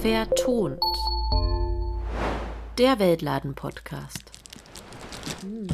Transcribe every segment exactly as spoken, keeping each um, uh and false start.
Vertont. Der Weltladen-Podcast. Mm.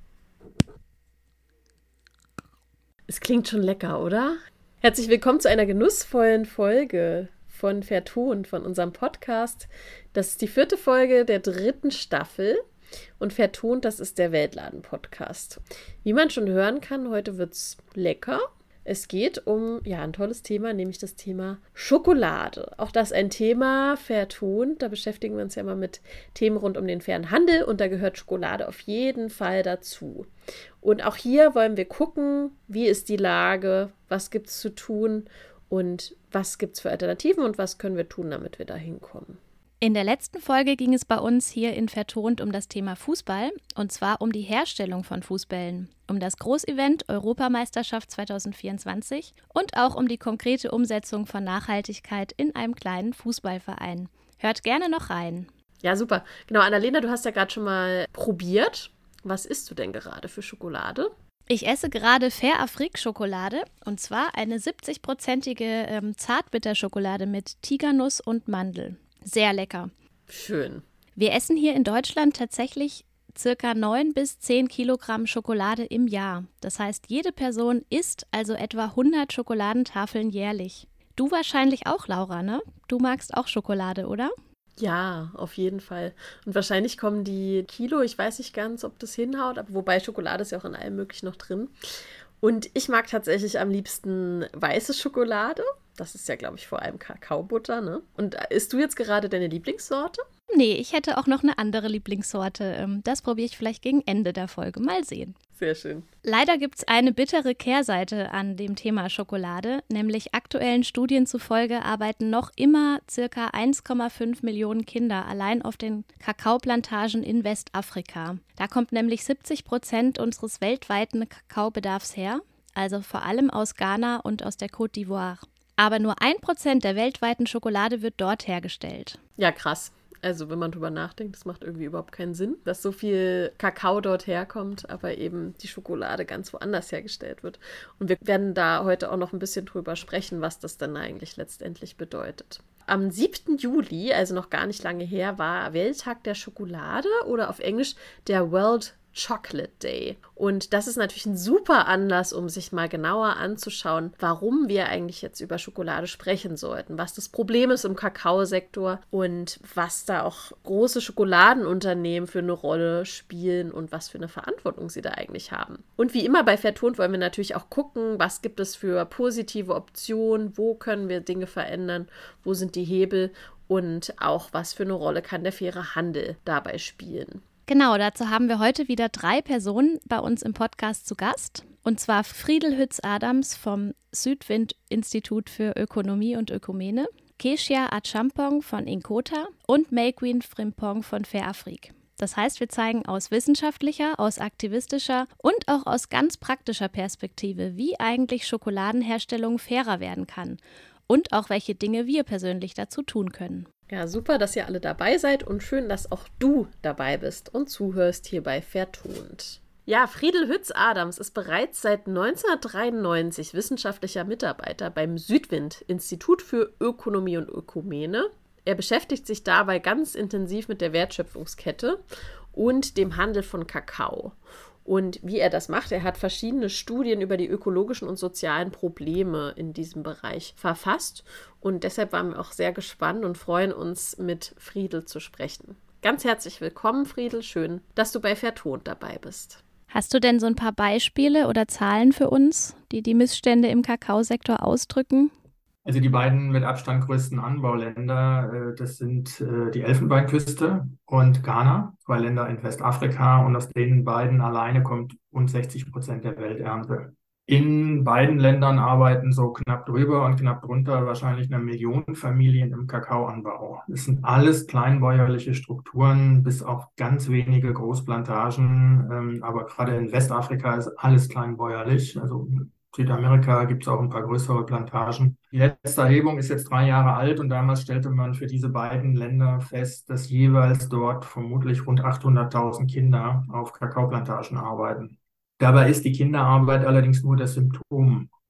Es klingt schon lecker, oder? Herzlich willkommen zu einer genussvollen Folge von Vertont, von unserem Podcast. Das ist die vierte Folge der dritten Staffel. Und Vertont, das ist der Weltladen-Podcast. Wie man schon hören kann, heute wird's lecker. Es geht um ja ein tolles Thema, nämlich das Thema Schokolade. Auch das ein Thema Vertont. Da beschäftigen wir uns ja immer mit Themen rund um den fairen Handel und da gehört Schokolade auf jeden Fall dazu. Und auch hier wollen wir gucken, wie ist die Lage, was gibt es zu tun und was gibt es für Alternativen und was können wir tun, damit wir da hinkommen. In der letzten Folge ging es bei uns hier in Vertont um das Thema Fußball, und zwar um die Herstellung von Fußbällen, um das Großevent Europameisterschaft zwanzig vierundzwanzig und auch um die konkrete Umsetzung von Nachhaltigkeit in einem kleinen Fußballverein. Hört gerne noch rein. Ja, super. Genau, Annalena, du hast ja gerade schon mal probiert. Was isst du denn gerade für Schokolade? Ich esse gerade Fair Afrique-Schokolade, und zwar eine siebzig-prozentige ähm, Zartbitterschokolade mit Tigernuss und Mandel. Sehr lecker. Schön. Wir essen hier in Deutschland tatsächlich circa neun bis zehn Kilogramm Schokolade im Jahr. Das heißt, jede Person isst also etwa hundert Schokoladentafeln jährlich. Du wahrscheinlich auch, Laura, ne? Du magst auch Schokolade, oder? Ja, auf jeden Fall. Und wahrscheinlich kommen die Kilo, ich weiß nicht ganz, ob das hinhaut, aber wobei Schokolade ist ja auch in allem möglich noch drin. Und ich mag tatsächlich am liebsten weiße Schokolade. Das ist ja, glaube ich, vor allem Kakaobutter, ne? Und isst du jetzt gerade deine Lieblingssorte? Nee, ich hätte auch noch eine andere Lieblingssorte. Das probiere ich vielleicht gegen Ende der Folge. Mal sehen. Sehr schön. Leider gibt es eine bittere Kehrseite an dem Thema Schokolade, nämlich aktuellen Studien zufolge arbeiten noch immer circa eins Komma fünf Millionen Kinder allein auf den Kakaoplantagen in Westafrika. Da kommt nämlich siebzig Prozent unseres weltweiten Kakaobedarfs her, also vor allem aus Ghana und aus der Côte d'Ivoire. Aber nur ein Prozent der weltweiten Schokolade wird dort hergestellt. Ja, krass. Also wenn man drüber nachdenkt, das macht irgendwie überhaupt keinen Sinn, dass so viel Kakao dort herkommt, aber eben die Schokolade ganz woanders hergestellt wird. Und wir werden da heute auch noch ein bisschen drüber sprechen, was das dann eigentlich letztendlich bedeutet. Am siebten Juli, also noch gar nicht lange her, war Welttag der Schokolade oder auf Englisch der World Chocolate Day. Und das ist natürlich ein super Anlass, um sich mal genauer anzuschauen, warum wir eigentlich jetzt über Schokolade sprechen sollten, was das Problem ist im Kakaosektor und was da auch große Schokoladenunternehmen für eine Rolle spielen und was für eine Verantwortung sie da eigentlich haben. Und wie immer bei Vertont wollen wir natürlich auch gucken, was gibt es für positive Optionen, wo können wir Dinge verändern, wo sind die Hebel und auch was für eine Rolle kann der faire Handel dabei spielen. Genau, dazu haben wir heute wieder drei Personen bei uns im Podcast zu Gast. Und zwar Friedel Hütz-Adams vom Südwind-Institut für Ökonomie und Ökumene, Kecia Achampong von Inkota und Mayqueen Frimpong von Fair Afrique. Das heißt, wir zeigen aus wissenschaftlicher, aus aktivistischer und auch aus ganz praktischer Perspektive, wie eigentlich Schokoladenherstellung fairer werden kann und auch welche Dinge wir persönlich dazu tun können. Ja, super, dass ihr alle dabei seid und schön, dass auch du dabei bist und zuhörst hier bei Vertont. Ja, Friedel Hütz-Adams ist bereits seit neunzehnhundertdreiundneunzig wissenschaftlicher Mitarbeiter beim Südwind-Institut für Ökonomie und Ökumene. Er beschäftigt sich dabei ganz intensiv mit der Wertschöpfungskette und dem Handel von Kakao. Und wie er das macht, er hat verschiedene Studien über die ökologischen und sozialen Probleme in diesem Bereich verfasst. Und deshalb waren wir auch sehr gespannt und freuen uns, mit Friedel zu sprechen. Ganz herzlich willkommen, Friedel. Schön, dass du bei Vertont dabei bist. Hast du denn so ein paar Beispiele oder Zahlen für uns, die die Missstände im Kakaosektor ausdrücken? Also die beiden mit Abstand größten Anbauländer, äh, das sind äh, die Elfenbeinküste und Ghana, zwei Länder in Westafrika, und aus den beiden alleine kommt rund sechzig Prozent der Welternte. In beiden Ländern arbeiten so knapp drüber und knapp drunter wahrscheinlich eine Million Familien im Kakaoanbau. Das sind alles kleinbäuerliche Strukturen, bis auf ganz wenige Großplantagen, ähm, aber gerade in Westafrika ist alles kleinbäuerlich, also Südamerika gibt es auch ein paar größere Plantagen. Die letzte Erhebung ist jetzt drei Jahre alt und damals stellte man für diese beiden Länder fest, dass jeweils dort vermutlich rund achthunderttausend Kinder auf Kakaoplantagen arbeiten. Dabei ist die Kinderarbeit allerdings nur das Symptom.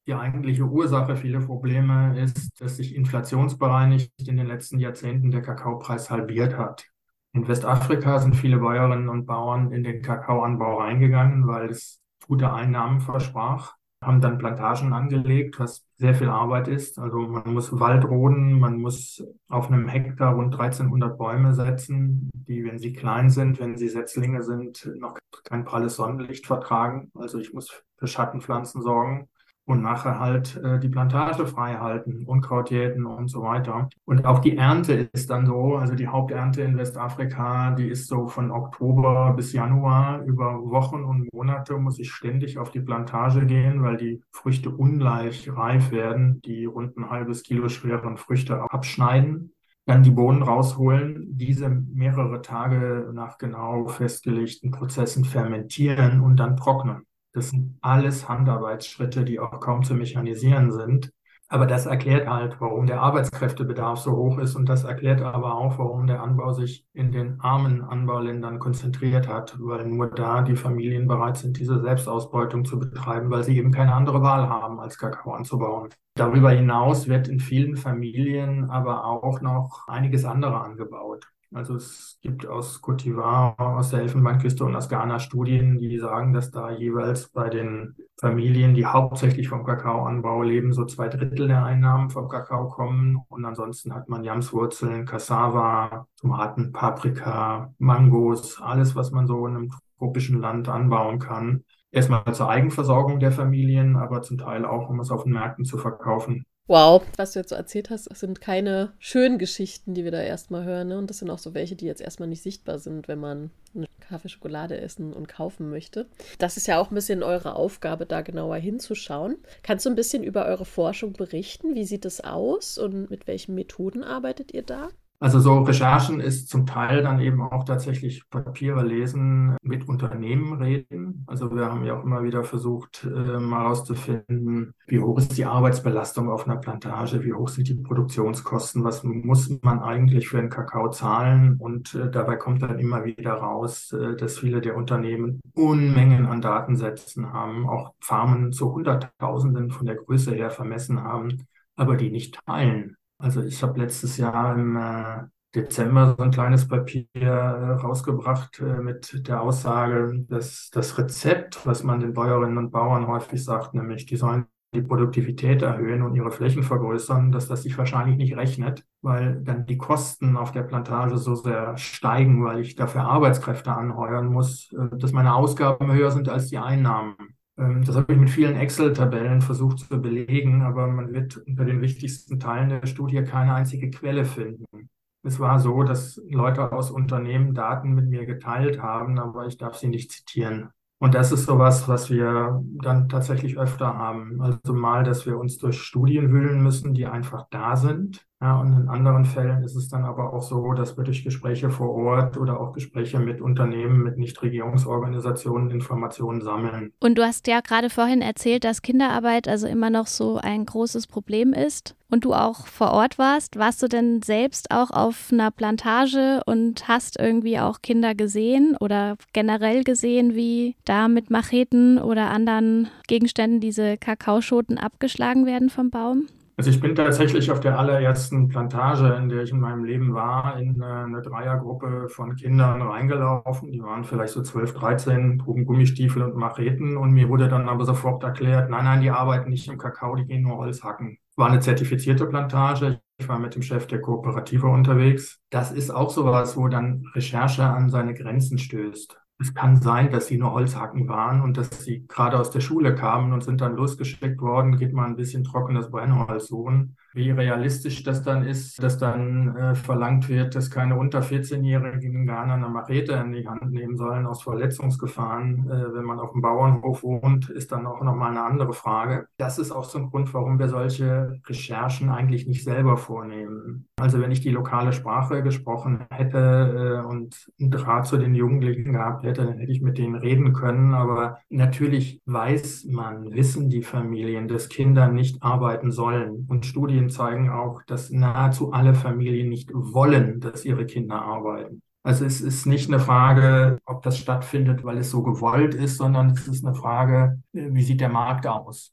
Die eigentliche Ursache vieler Probleme ist, dass sich inflationsbereinigt in den letzten Jahrzehnten der Kakaopreis halbiert hat. In Westafrika sind viele Bäuerinnen und Bauern in den Kakaoanbau reingegangen, weil es gute Einnahmen versprach, haben dann Plantagen angelegt, was sehr viel Arbeit ist. Also man muss Wald roden, man muss auf einem Hektar rund dreizehnhundert Bäume setzen, die, wenn sie klein sind, wenn sie Setzlinge sind, noch kein pralles Sonnenlicht vertragen. Also ich muss für Schattenpflanzen sorgen. Und nachher halt äh, die Plantage frei halten, Unkraut jäten und so weiter. Und auch die Ernte ist dann so, also die Haupternte in Westafrika, die ist so von Oktober bis Januar. Über Wochen und Monate muss ich ständig auf die Plantage gehen, weil die Früchte ungleich reif werden, die rund ein halbes Kilo schweren Früchte abschneiden. Dann die Bohnen rausholen, diese mehrere Tage nach genau festgelegten Prozessen fermentieren und dann trocknen. Das sind alles Handarbeitsschritte, die auch kaum zu mechanisieren sind. Aber das erklärt halt, warum der Arbeitskräftebedarf so hoch ist. Und das erklärt aber auch, warum der Anbau sich in den armen Anbauländern konzentriert hat, weil nur da die Familien bereit sind, diese Selbstausbeutung zu betreiben, weil sie eben keine andere Wahl haben, als Kakao anzubauen. Darüber hinaus wird in vielen Familien aber auch noch einiges andere angebaut. Also es gibt aus Côte d'Ivoire, aus der Elfenbeinküste und aus Ghana Studien, die sagen, dass da jeweils bei den Familien, die hauptsächlich vom Kakaoanbau leben, so zwei Drittel der Einnahmen vom Kakao kommen. Und ansonsten hat man Yamswurzeln, Cassava, Tomaten, Paprika, Mangos, alles, was man so in einem tropischen Land anbauen kann. Erstmal zur Eigenversorgung der Familien, aber zum Teil auch, um es auf den Märkten zu verkaufen. Wow, was du jetzt so erzählt hast, das sind keine schönen Geschichten, die wir da erstmal hören. Ne? Und das sind auch so welche, die jetzt erstmal nicht sichtbar sind, wenn man eine Kaffee Schokolade essen und kaufen möchte. Das ist ja auch ein bisschen eure Aufgabe, da genauer hinzuschauen. Kannst du ein bisschen über eure Forschung berichten? Wie sieht es aus und mit welchen Methoden arbeitet ihr da? Also so Recherchen ist zum Teil dann eben auch tatsächlich Papiere lesen, mit Unternehmen reden. Also wir haben ja auch immer wieder versucht, äh, mal herauszufinden, wie hoch ist die Arbeitsbelastung auf einer Plantage, wie hoch sind die Produktionskosten, was muss man eigentlich für einen Kakao zahlen. Und äh, dabei kommt dann immer wieder raus, äh, dass viele der Unternehmen Unmengen an Datensätzen haben, auch Farmen zu Hunderttausenden von der Größe her vermessen haben, aber die nicht teilen. Also ich habe letztes Jahr im äh, Dezember so ein kleines Papier äh, rausgebracht äh, mit der Aussage, dass das Rezept, was man den Bäuerinnen und Bauern häufig sagt, nämlich die sollen die Produktivität erhöhen und ihre Flächen vergrößern, dass das sich wahrscheinlich nicht rechnet, weil dann die Kosten auf der Plantage so sehr steigen, weil ich dafür Arbeitskräfte anheuern muss, äh, dass meine Ausgaben höher sind als die Einnahmen. Das habe ich mit vielen Excel-Tabellen versucht zu belegen, aber man wird unter den wichtigsten Teilen der Studie keine einzige Quelle finden. Es war so, dass Leute aus Unternehmen Daten mit mir geteilt haben, aber ich darf sie nicht zitieren. Und das ist sowas, was wir dann tatsächlich öfter haben. Also mal, dass wir uns durch Studien wühlen müssen, die einfach da sind. Ja, und in anderen Fällen ist es dann aber auch so, dass wir durch Gespräche vor Ort oder auch Gespräche mit Unternehmen, mit Nichtregierungsorganisationen Informationen sammeln. Und du hast ja gerade vorhin erzählt, dass Kinderarbeit also immer noch so ein großes Problem ist und du auch vor Ort warst. Warst du denn selbst auch auf einer Plantage und hast irgendwie auch Kinder gesehen oder generell gesehen, wie da mit Macheten oder anderen Gegenständen diese Kakaoschoten abgeschlagen werden vom Baum? Also ich bin tatsächlich auf der allerersten Plantage, in der ich in meinem Leben war, in eine Dreiergruppe von Kindern reingelaufen. Die waren vielleicht so zwölf, dreizehn, trugen Gummistiefel und Macheten. Und mir wurde dann aber sofort erklärt, nein, nein, die arbeiten nicht im Kakao, die gehen nur Holz hacken. War eine zertifizierte Plantage. Ich war mit dem Chef der Kooperative unterwegs. Das ist auch sowas, wo dann Recherche an seine Grenzen stößt. Es kann sein, dass sie nur Holzhacken waren und dass sie gerade aus der Schule kamen und sind dann losgeschickt worden, geht mal ein bisschen trockenes Brennholz suchen. Wie realistisch das dann ist, dass dann äh, verlangt wird, dass keine unter vierzehnjährigen in Ghana eine Machete in die Hand nehmen sollen aus Verletzungsgefahren. Äh, wenn man auf dem Bauernhof wohnt, ist dann auch nochmal eine andere Frage. Das ist auch so ein Grund, warum wir solche Recherchen eigentlich nicht selber vornehmen. Also wenn ich die lokale Sprache gesprochen hätte äh, und einen Draht zu den Jugendlichen gehabt hätte, dann hätte ich mit denen reden können. Aber natürlich weiß man, wissen die Familien, dass Kinder nicht arbeiten sollen. Und Studien zeigen auch, dass nahezu alle Familien nicht wollen, dass ihre Kinder arbeiten. Also es ist nicht eine Frage, ob das stattfindet, weil es so gewollt ist, sondern es ist eine Frage, wie sieht der Markt aus?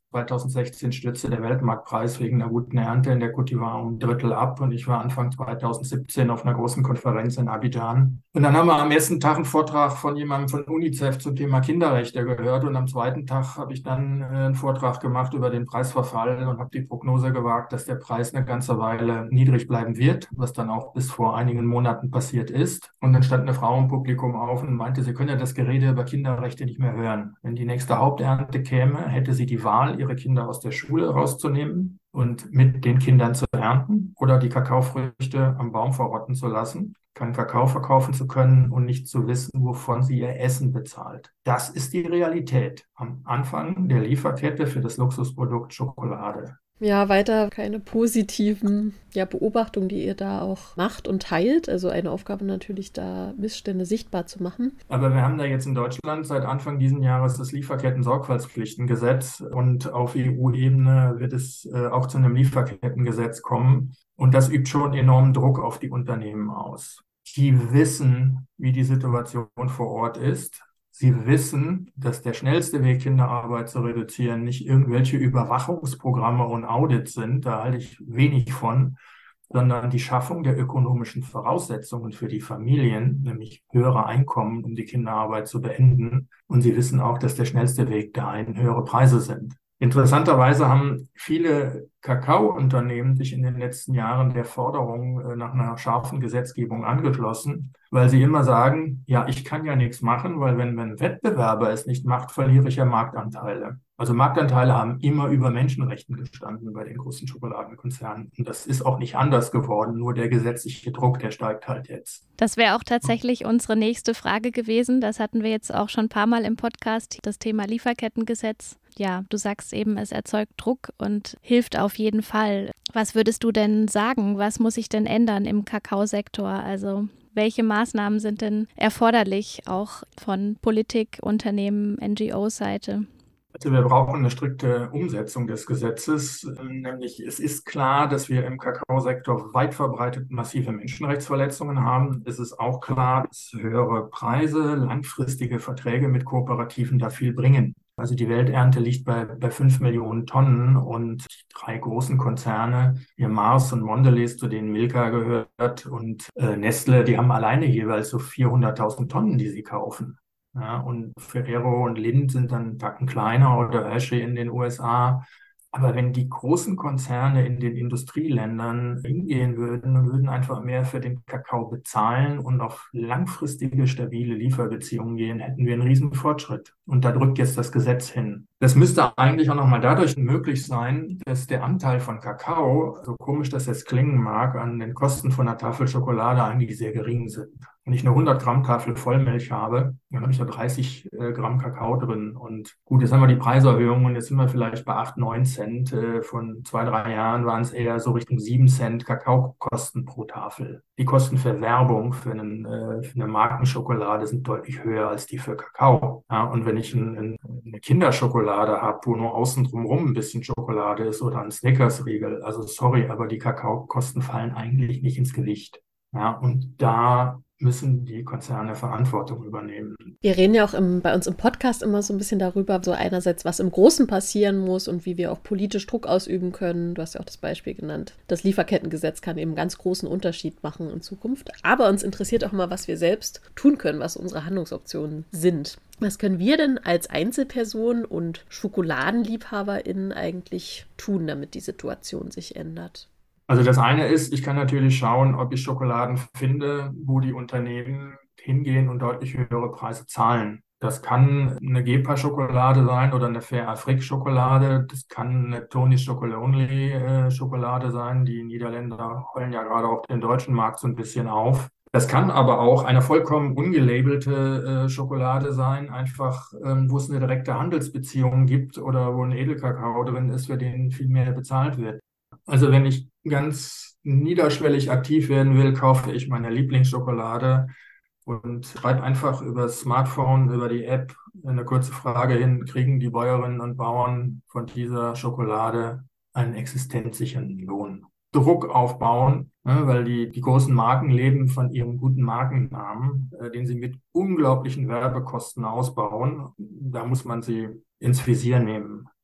zweitausendsechzehn stürzte der Weltmarktpreis wegen einer guten Ernte in der Côte d'Ivoire um ein Drittel ab und ich war Anfang zweitausendsiebzehn auf einer großen Konferenz in Abidjan. Und dann haben wir am ersten Tag einen Vortrag von jemandem von UNICEF zum Thema Kinderrechte gehört und am zweiten Tag habe ich dann äh, einen Vortrag gemacht über den Preisverfall und habe die Prognose gewagt, dass der Preis eine ganze Weile niedrig bleiben wird, was dann auch bis vor einigen Monaten passiert ist. Und dann stand eine Frau im Publikum auf und meinte, sie können ja das Gerede über Kinderrechte nicht mehr hören. Wenn die nächste Haupternte käme, hätte sie die Wahl, ihre Kinder aus der Schule rauszunehmen und mit den Kindern zu ernten oder die Kakaofrüchte am Baum verrotten zu lassen, keinen Kakao verkaufen zu können und nicht zu wissen, wovon sie ihr Essen bezahlt. Das ist die Realität am Anfang der Lieferkette für das Luxusprodukt Schokolade. Ja, weiter keine positiven ja, Beobachtungen, die ihr da auch macht und teilt. Also eine Aufgabe natürlich, da Missstände sichtbar zu machen. Aber wir haben da jetzt in Deutschland seit Anfang dieses Jahres das Lieferketten-Sorgfaltspflichtengesetz und auf E U-Ebene wird es äh, auch zu einem Lieferkettengesetz kommen. Und das übt schon enormen Druck auf die Unternehmen aus. Die wissen, wie die Situation vor Ort ist. Sie wissen, dass der schnellste Weg, Kinderarbeit zu reduzieren, nicht irgendwelche Überwachungsprogramme und Audits sind, da halte ich wenig von, sondern die Schaffung der ökonomischen Voraussetzungen für die Familien, nämlich höhere Einkommen, um die Kinderarbeit zu beenden. Und sie wissen auch, dass der schnellste Weg dahin höhere Preise sind. Interessanterweise haben viele Kakaounternehmen sich in den letzten Jahren der Forderung äh, nach einer scharfen Gesetzgebung angeschlossen, weil sie immer sagen, ja, ich kann ja nichts machen, weil wenn ein Wettbewerber es nicht macht, verliere ich ja Marktanteile. Also Marktanteile haben immer über Menschenrechten gestanden bei den großen Schokoladenkonzernen. Und das ist auch nicht anders geworden, nur der gesetzliche Druck, der steigt halt jetzt. Das wäre auch tatsächlich unsere nächste Frage gewesen. Das hatten wir jetzt auch schon ein paar Mal im Podcast, das Thema Lieferkettengesetz. Ja, du sagst eben, es erzeugt Druck und hilft auf jeden Fall. Was würdest du denn sagen? Was muss sich denn ändern im Kakaosektor? Also welche Maßnahmen sind denn erforderlich, auch von Politik, Unternehmen, N G O-Seite? Also wir brauchen eine strikte Umsetzung des Gesetzes, nämlich es ist klar, dass wir im Kakaosektor weit verbreitet massive Menschenrechtsverletzungen haben. Es ist auch klar, dass höhere Preise, langfristige Verträge mit Kooperativen da viel bringen. Also die Welternte liegt bei, bei fünf Millionen Tonnen und die drei großen Konzerne, hier Mars und Mondelez, zu denen Milka gehört, und äh, Nestle, die haben alleine jeweils so vierhunderttausend Tonnen, die sie kaufen. Ja, und Ferrero und Lindt sind dann einen Tacken kleiner oder Hershey in den U S A. Aber wenn die großen Konzerne in den Industrieländern hingehen würden und würden einfach mehr für den Kakao bezahlen und auf langfristige, stabile Lieferbeziehungen gehen, hätten wir einen riesen Fortschritt. Und da drückt jetzt das Gesetz hin. Das müsste eigentlich auch nochmal dadurch möglich sein, dass der Anteil von Kakao, so komisch das jetzt klingen mag, an den Kosten von einer Tafel Schokolade eigentlich sehr gering sind. Wenn ich eine hundert Gramm Tafel Vollmilch habe, dann habe ich da dreißig äh, Gramm Kakao drin. Und gut, jetzt haben wir die Preiserhöhung und jetzt sind wir vielleicht bei acht, neun Cent. Äh, von zwei, drei Jahren waren es eher so Richtung sieben Cent Kakaokosten pro Tafel. Die Kosten für Werbung für, einen, äh, für eine Markenschokolade sind deutlich höher als die für Kakao. Ja, und wenn ich ein, ein, eine Kinderschokolade habe, wo nur außen drumherum ein bisschen Schokolade ist oder ein Snickers-Riegel, also sorry, aber die Kakaokosten fallen eigentlich nicht ins Gewicht. Ja, und da müssen die Konzerne Verantwortung übernehmen. Wir reden ja auch im, bei uns im Podcast immer so ein bisschen darüber, so einerseits, was im Großen passieren muss und wie wir auch politisch Druck ausüben können. Du hast ja auch das Beispiel genannt. Das Lieferkettengesetz kann eben einen ganz großen Unterschied machen in Zukunft. Aber uns interessiert auch mal, was wir selbst tun können, was unsere Handlungsoptionen sind. Was können wir denn als Einzelpersonen und SchokoladenliebhaberInnen eigentlich tun, damit die Situation sich ändert? Also das eine ist, ich kann natürlich schauen, ob ich Schokoladen finde, wo die Unternehmen hingehen und deutlich höhere Preise zahlen. Das kann eine Gepa-Schokolade sein oder eine Fair Afrique-Schokolade. Das kann eine Tony's Chocolate Only Schokolade sein. Die Niederländer heulen ja gerade auf den deutschen Markt so ein bisschen auf. Das kann aber auch eine vollkommen ungelabelte äh, Schokolade sein, einfach ähm, wo es eine direkte Handelsbeziehung gibt oder wo ein Edelkakao drin ist, für den viel mehr bezahlt wird. Also wenn ich ganz niederschwellig aktiv werden will, kaufe ich meine Lieblingsschokolade und schreibe einfach über das Smartphone, über die App eine kurze Frage hin, kriegen die Bäuerinnen und Bauern von dieser Schokolade einen existenzsichernden Lohn? Druck aufbauen, ne, weil die, die großen Marken leben von ihrem guten Markennamen, äh, den sie mit unglaublichen Werbekosten ausbauen. Da muss man sie ins Visier nehmen.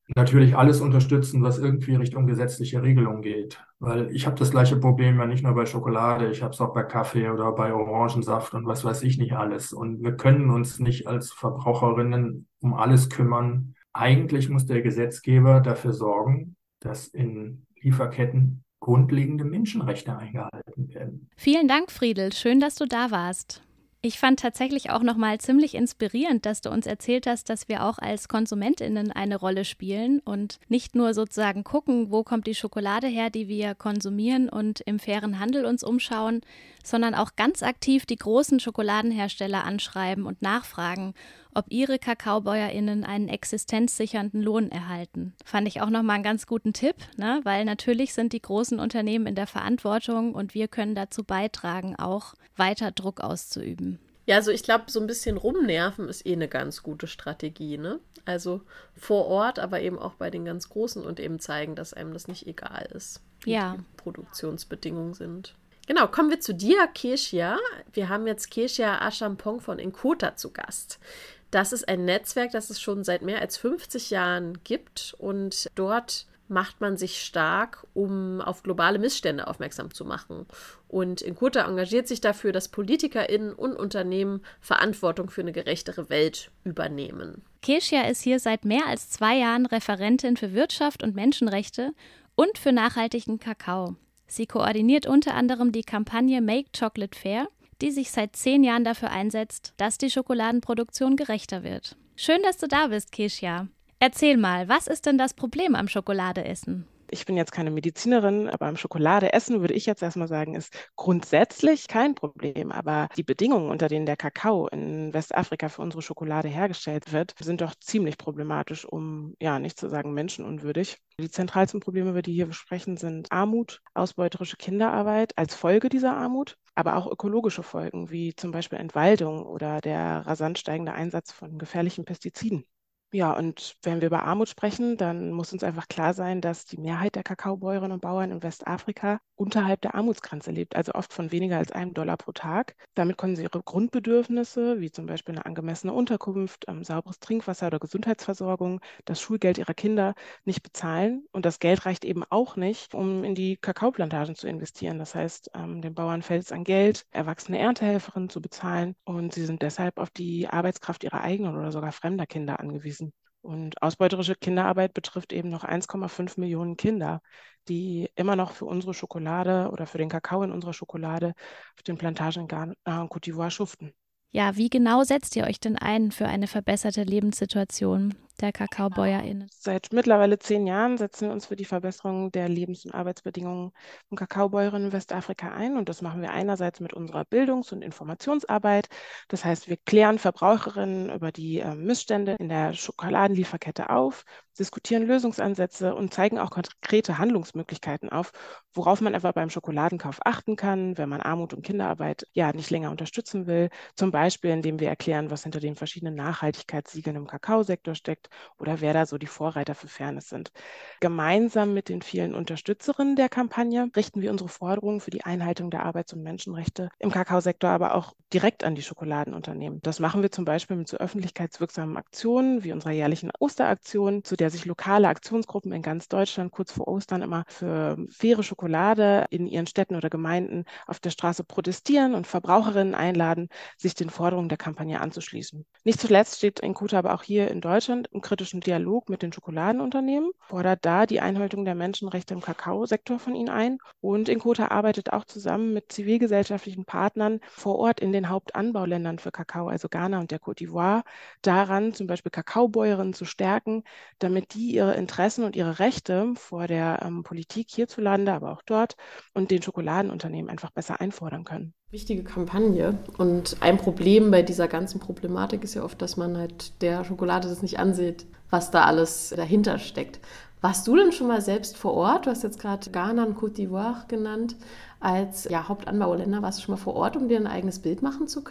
Natürlich alles unterstützen, was irgendwie Richtung gesetzliche Regelung geht. Weil ich habe das gleiche Problem ja nicht nur bei Schokolade, ich habe es auch bei Kaffee oder bei Orangensaft und was weiß ich nicht alles. Und wir können uns nicht als Verbraucherinnen um alles kümmern. Eigentlich muss der Gesetzgeber dafür sorgen, dass in Lieferketten grundlegende Menschenrechte eingehalten werden. Vielen Dank, Friedel. Schön, dass du da warst. Ich fand tatsächlich auch nochmal ziemlich inspirierend, dass du uns erzählt hast, dass wir auch als KonsumentInnen eine Rolle spielen und nicht nur sozusagen gucken, wo kommt die Schokolade her, die wir konsumieren und im fairen Handel uns umschauen, sondern auch ganz aktiv die großen Schokoladenhersteller anschreiben und nachfragen, ob ihre KakaobäuerInnen einen existenzsichernden Lohn erhalten. Fand ich auch nochmal einen ganz guten Tipp, ne? Weil natürlich sind die großen Unternehmen in der Verantwortung und wir können dazu beitragen, auch weiter Druck auszuüben. Ja, also ich glaube, so ein bisschen rumnerven ist eh eine ganz gute Strategie, ne? Also vor Ort, aber eben auch bei den ganz Großen und eben zeigen, dass einem das nicht egal ist, wie ja. die Produktionsbedingungen sind. Genau, kommen wir zu dir, Keshia. Wir haben jetzt Keshia Achampong von Inkota zu Gast. Das ist ein Netzwerk, das es schon seit mehr als fünfzig Jahren gibt und dort macht man sich stark, um auf globale Missstände aufmerksam zu machen. Und Inkota engagiert sich dafür, dass PolitikerInnen und Unternehmen Verantwortung für eine gerechtere Welt übernehmen. Keshia ist hier seit mehr als zwei Jahren Referentin für Wirtschaft und Menschenrechte und für nachhaltigen Kakao. Sie koordiniert unter anderem die Kampagne Make Chocolate Fair, die sich seit zehn Jahren dafür einsetzt, dass die Schokoladenproduktion gerechter wird. Schön, dass du da bist, Keshia. Erzähl mal, was ist denn das Problem am Schokoladeessen? Ich bin jetzt keine Medizinerin, aber am Schokoladeessen würde ich jetzt erstmal sagen, ist grundsätzlich kein Problem. Aber die Bedingungen, unter denen der Kakao in Westafrika für unsere Schokolade hergestellt wird, sind doch ziemlich problematisch, um ja nicht zu sagen menschenunwürdig. Die zentralsten Probleme, über die hier sprechen, sind Armut, ausbeuterische Kinderarbeit als Folge dieser Armut, aber auch ökologische Folgen, wie zum Beispiel Entwaldung oder der rasant steigende Einsatz von gefährlichen Pestiziden. Ja, und wenn wir über Armut sprechen, dann muss uns einfach klar sein, dass die Mehrheit der Kakaobäuerinnen und Bauern in Westafrika unterhalb der Armutsgrenze lebt, also oft von weniger als einem Dollar pro Tag. Damit können sie ihre Grundbedürfnisse, wie zum Beispiel eine angemessene Unterkunft, ähm, sauberes Trinkwasser oder Gesundheitsversorgung, das Schulgeld ihrer Kinder nicht bezahlen. Und das Geld reicht eben auch nicht, um in die Kakaoplantagen zu investieren. Das heißt, ähm, den Bauern fällt es an Geld, erwachsene Erntehelferinnen zu bezahlen. Und sie sind deshalb auf die Arbeitskraft ihrer eigenen oder sogar fremder Kinder angewiesen. Und ausbeuterische Kinderarbeit betrifft eben noch eins Komma fünf Millionen Kinder, die immer noch für unsere Schokolade oder für den Kakao in unserer Schokolade auf den Plantagen in Ghana und Côte d'Ivoire schuften. Ja, wie genau setzt ihr euch denn ein für eine verbesserte Lebenssituation der KakaobäuerInnen? Seit mittlerweile zehn Jahren setzen wir uns für die Verbesserung der Lebens- und Arbeitsbedingungen von Kakaobäuerinnen in Westafrika ein. Und das machen wir einerseits mit unserer Bildungs- und Informationsarbeit. Das heißt, wir klären Verbraucherinnen über die äh, Missstände in der Schokoladenlieferkette auf, diskutieren Lösungsansätze und zeigen auch konkrete Handlungsmöglichkeiten auf, worauf man etwa beim Schokoladenkauf achten kann, wenn man Armut und Kinderarbeit ja nicht länger unterstützen will. Zum Beispiel, indem wir erklären, was hinter den verschiedenen Nachhaltigkeitssiegeln im Kakaosektor steckt oder wer da so die Vorreiter für Fairness sind. Gemeinsam mit den vielen Unterstützerinnen der Kampagne richten wir unsere Forderungen für die Einhaltung der Arbeits- und Menschenrechte im Kakaosektor aber auch direkt an die Schokoladenunternehmen. Das machen wir zum Beispiel mit so öffentlichkeitswirksamen Aktionen wie unserer jährlichen Osteraktion, zu der sich lokale Aktionsgruppen in ganz Deutschland kurz vor Ostern immer für faire Schokolade in ihren Städten oder Gemeinden auf der Straße protestieren und Verbraucherinnen einladen, sich den Forderungen der Kampagne anzuschließen. Nicht zuletzt steht Inkota aber auch hier in Deutschland im kritischen Dialog mit den Schokoladenunternehmen, fordert da die Einhaltung der Menschenrechte im Kakaosektor von ihnen ein. Und Inkota arbeitet auch zusammen mit zivilgesellschaftlichen Partnern vor Ort in den Hauptanbauländern für Kakao, also Ghana und der Côte d'Ivoire, daran, zum Beispiel Kakaobäuerinnen zu stärken, damit die ihre Interessen und ihre Rechte vor der ähm, Politik hierzulande, aber auch dort und den Schokoladenunternehmen einfach besser einfordern können. Wichtige Kampagne. Und ein Problem bei dieser ganzen Problematik ist ja oft, dass man halt der Schokolade das nicht ansieht, was da alles dahinter steckt. Warst du denn schon mal selbst vor Ort? Du hast jetzt gerade Ghana und Côte d'Ivoire genannt als ja, Hauptanbauländer. Warst du schon mal vor Ort, um dir ein eigenes Bild machen zu können?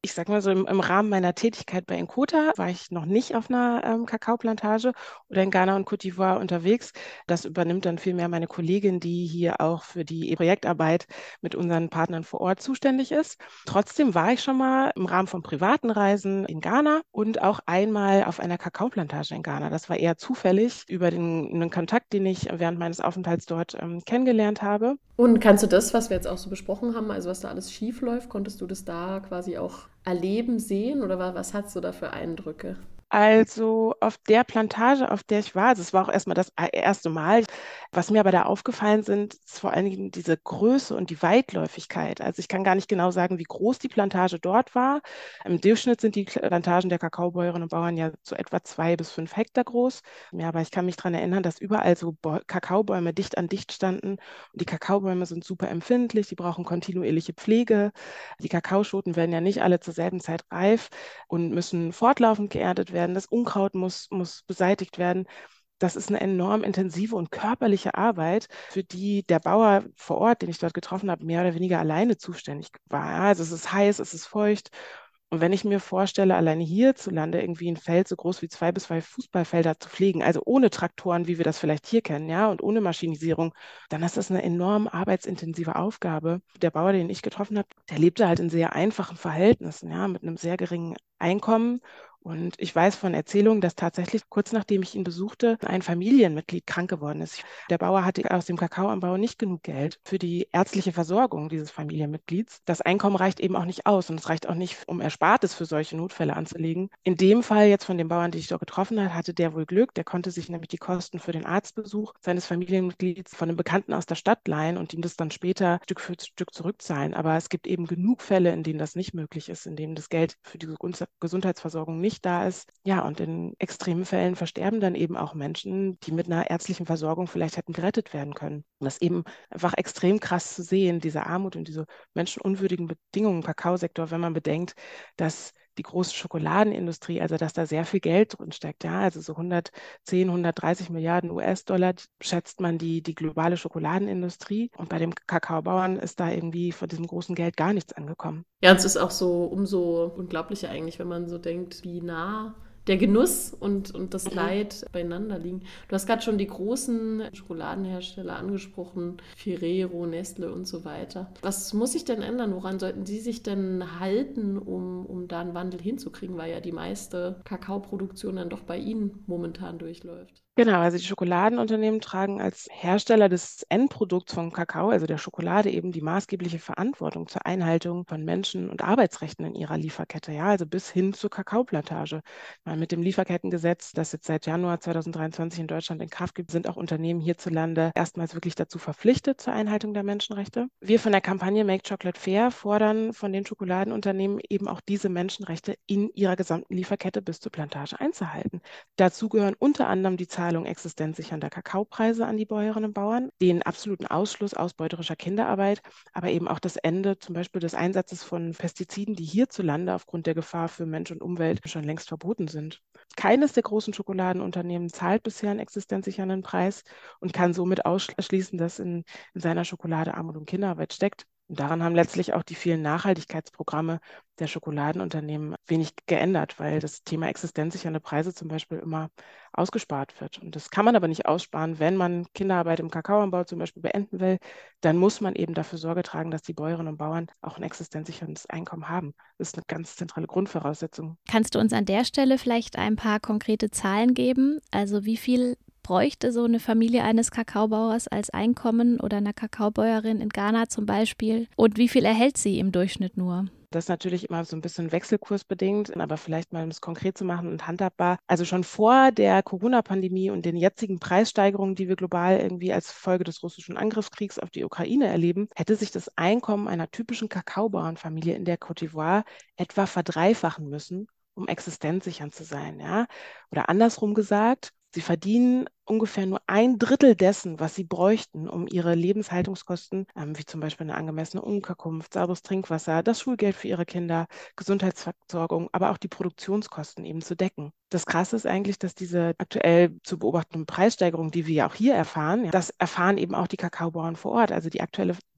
Ich sag mal so, im, im Rahmen meiner Tätigkeit bei Inkota war ich noch nicht auf einer ähm, Kakaoplantage oder in Ghana und Côte d'Ivoire unterwegs. Das übernimmt dann vielmehr meine Kollegin, die hier auch für die Projektarbeit mit unseren Partnern vor Ort zuständig ist. Trotzdem war ich schon mal im Rahmen von privaten Reisen in Ghana und auch einmal auf einer Kakaoplantage in Ghana. Das war eher zufällig über den, einen Kontakt, den ich während meines Aufenthalts dort ähm, kennengelernt habe. Und kannst du das, was wir jetzt auch so besprochen haben, also was da alles schief läuft, konntest du das da quasi auch erleben, sehen oder wa- was hast du da für Eindrücke? Also auf der Plantage, auf der ich war, also es war auch erstmal das e- erste Mal, was mir aber da aufgefallen sind, ist vor allen Dingen diese Größe und die Weitläufigkeit. Also ich kann gar nicht genau sagen, wie groß die Plantage dort war. Im Durchschnitt sind die Plantagen der Kakaobäuerinnen und Bauern ja so etwa zwei bis fünf Hektar groß. Ja, aber ich kann mich daran erinnern, dass überall so Bäu- Kakaobäume dicht an dicht standen. Und die Kakaobäume sind super empfindlich, die brauchen kontinuierliche Pflege. Die Kakaoschoten werden ja nicht alle zur selben Zeit reif und müssen fortlaufend geerntet werden. Das Unkraut muss, muss beseitigt werden. Das ist eine enorm intensive und körperliche Arbeit, für die der Bauer vor Ort, den ich dort getroffen habe, mehr oder weniger alleine zuständig war. Ja, also es ist heiß, es ist feucht. Und wenn ich mir vorstelle, alleine hierzulande irgendwie ein Feld so groß wie zwei bis zwei Fußballfelder zu pflegen, also ohne Traktoren, wie wir das vielleicht hier kennen, ja, und ohne Maschinisierung, dann ist das eine enorm arbeitsintensive Aufgabe. Der Bauer, den ich getroffen habe, der lebte halt in sehr einfachen Verhältnissen, ja, mit einem sehr geringen Einkommen. Und ich weiß von Erzählungen, dass tatsächlich kurz nachdem ich ihn besuchte, ein Familienmitglied krank geworden ist. Der Bauer hatte aus dem Kakaoanbau nicht genug Geld für die ärztliche Versorgung dieses Familienmitglieds. Das Einkommen reicht eben auch nicht aus und es reicht auch nicht, um Erspartes für solche Notfälle anzulegen. In dem Fall jetzt von dem Bauern, den ich dort getroffen habe, hatte der wohl Glück. Der konnte sich nämlich die Kosten für den Arztbesuch seines Familienmitglieds von einem Bekannten aus der Stadt leihen und ihm das dann später Stück für Stück zurückzahlen. Aber es gibt eben genug Fälle, in denen das nicht möglich ist, in denen das Geld für die Gesundheitsversorgung nicht da ist. Ja, und in extremen Fällen versterben dann eben auch Menschen, die mit einer ärztlichen Versorgung vielleicht hätten gerettet werden können. Und das ist eben einfach extrem krass zu sehen, diese Armut und diese menschenunwürdigen Bedingungen im Kakaosektor, wenn man bedenkt, dass die große Schokoladenindustrie, also dass da sehr viel Geld drin steckt, ja, also so hundertzehn, hundertdreißig Milliarden U S-Dollar schätzt man die, die globale Schokoladenindustrie und bei dem Kakaobauern ist da irgendwie von diesem großen Geld gar nichts angekommen. Ja, und es ist auch so umso unglaublicher eigentlich, wenn man so denkt, wie nah der Genuss und, und das Mhm. Leid beieinander liegen. Du hast gerade schon die großen Schokoladenhersteller angesprochen, Ferrero, Nestle und so weiter. Was muss sich denn ändern? Woran sollten sie sich denn halten, um, um da einen Wandel hinzukriegen, weil ja die meiste Kakaoproduktion dann doch bei ihnen momentan durchläuft? Genau, also die Schokoladenunternehmen tragen als Hersteller des Endprodukts von Kakao, also der Schokolade, eben die maßgebliche Verantwortung zur Einhaltung von Menschen- und Arbeitsrechten in ihrer Lieferkette, ja, also bis hin zur Kakaoplantage. Weil mit dem Lieferkettengesetz, das jetzt seit Januar zweitausenddreiundzwanzig in Deutschland in Kraft gibt, sind auch Unternehmen hierzulande erstmals wirklich dazu verpflichtet zur Einhaltung der Menschenrechte. Wir von der Kampagne Make Chocolate Fair fordern von den Schokoladenunternehmen eben auch diese Menschenrechte in ihrer gesamten Lieferkette bis zur Plantage einzuhalten. Dazu gehören unter anderem die Zahlung existenzsichernder Kakaopreise an die Bäuerinnen und Bauern, den absoluten Ausschluss ausbeuterischer Kinderarbeit, aber eben auch das Ende zum Beispiel des Einsatzes von Pestiziden, die hierzulande aufgrund der Gefahr für Mensch und Umwelt schon längst verboten sind. Keines der großen Schokoladenunternehmen zahlt bisher einen existenzsichernden Preis und kann somit ausschließen, dass in, in seiner Schokolade Armut und Kinderarbeit steckt. Und daran haben letztlich auch die vielen Nachhaltigkeitsprogramme der Schokoladenunternehmen wenig geändert, weil das Thema existenzsichernde Preise zum Beispiel immer ausgespart wird. Und das kann man aber nicht aussparen, wenn man Kinderarbeit im Kakaoanbau zum Beispiel beenden will, dann muss man eben dafür Sorge tragen, dass die Bäuerinnen und Bauern auch ein existenzsicherndes Einkommen haben. Das ist eine ganz zentrale Grundvoraussetzung. Kannst du uns an der Stelle vielleicht ein paar konkrete Zahlen geben? Also wie viel bräuchte so eine Familie eines Kakaobauers als Einkommen oder einer Kakaobäuerin in Ghana zum Beispiel? Und wie viel erhält sie im Durchschnitt nur? Das ist natürlich immer so ein bisschen wechselkursbedingt, aber vielleicht mal, um es konkret zu machen und handhabbar. Also schon vor der Corona-Pandemie und den jetzigen Preissteigerungen, die wir global irgendwie als Folge des russischen Angriffskriegs auf die Ukraine erleben, hätte sich das Einkommen einer typischen Kakaobauernfamilie in der Côte d'Ivoire etwa verdreifachen müssen, um existenzsichernd zu sein. Ja? Oder andersrum gesagt, sie verdienen ungefähr nur ein Drittel dessen, was sie bräuchten, um ihre Lebenshaltungskosten, ähm, wie zum Beispiel eine angemessene Unterkunft, sauberes Trinkwasser, das Schulgeld für ihre Kinder, Gesundheitsversorgung, aber auch die Produktionskosten eben zu decken. Das Krasse ist eigentlich, dass diese aktuell zu beobachtenden Preissteigerungen, die wir ja auch hier erfahren, ja, das erfahren eben auch die Kakaobauern vor Ort. Also die aktuelle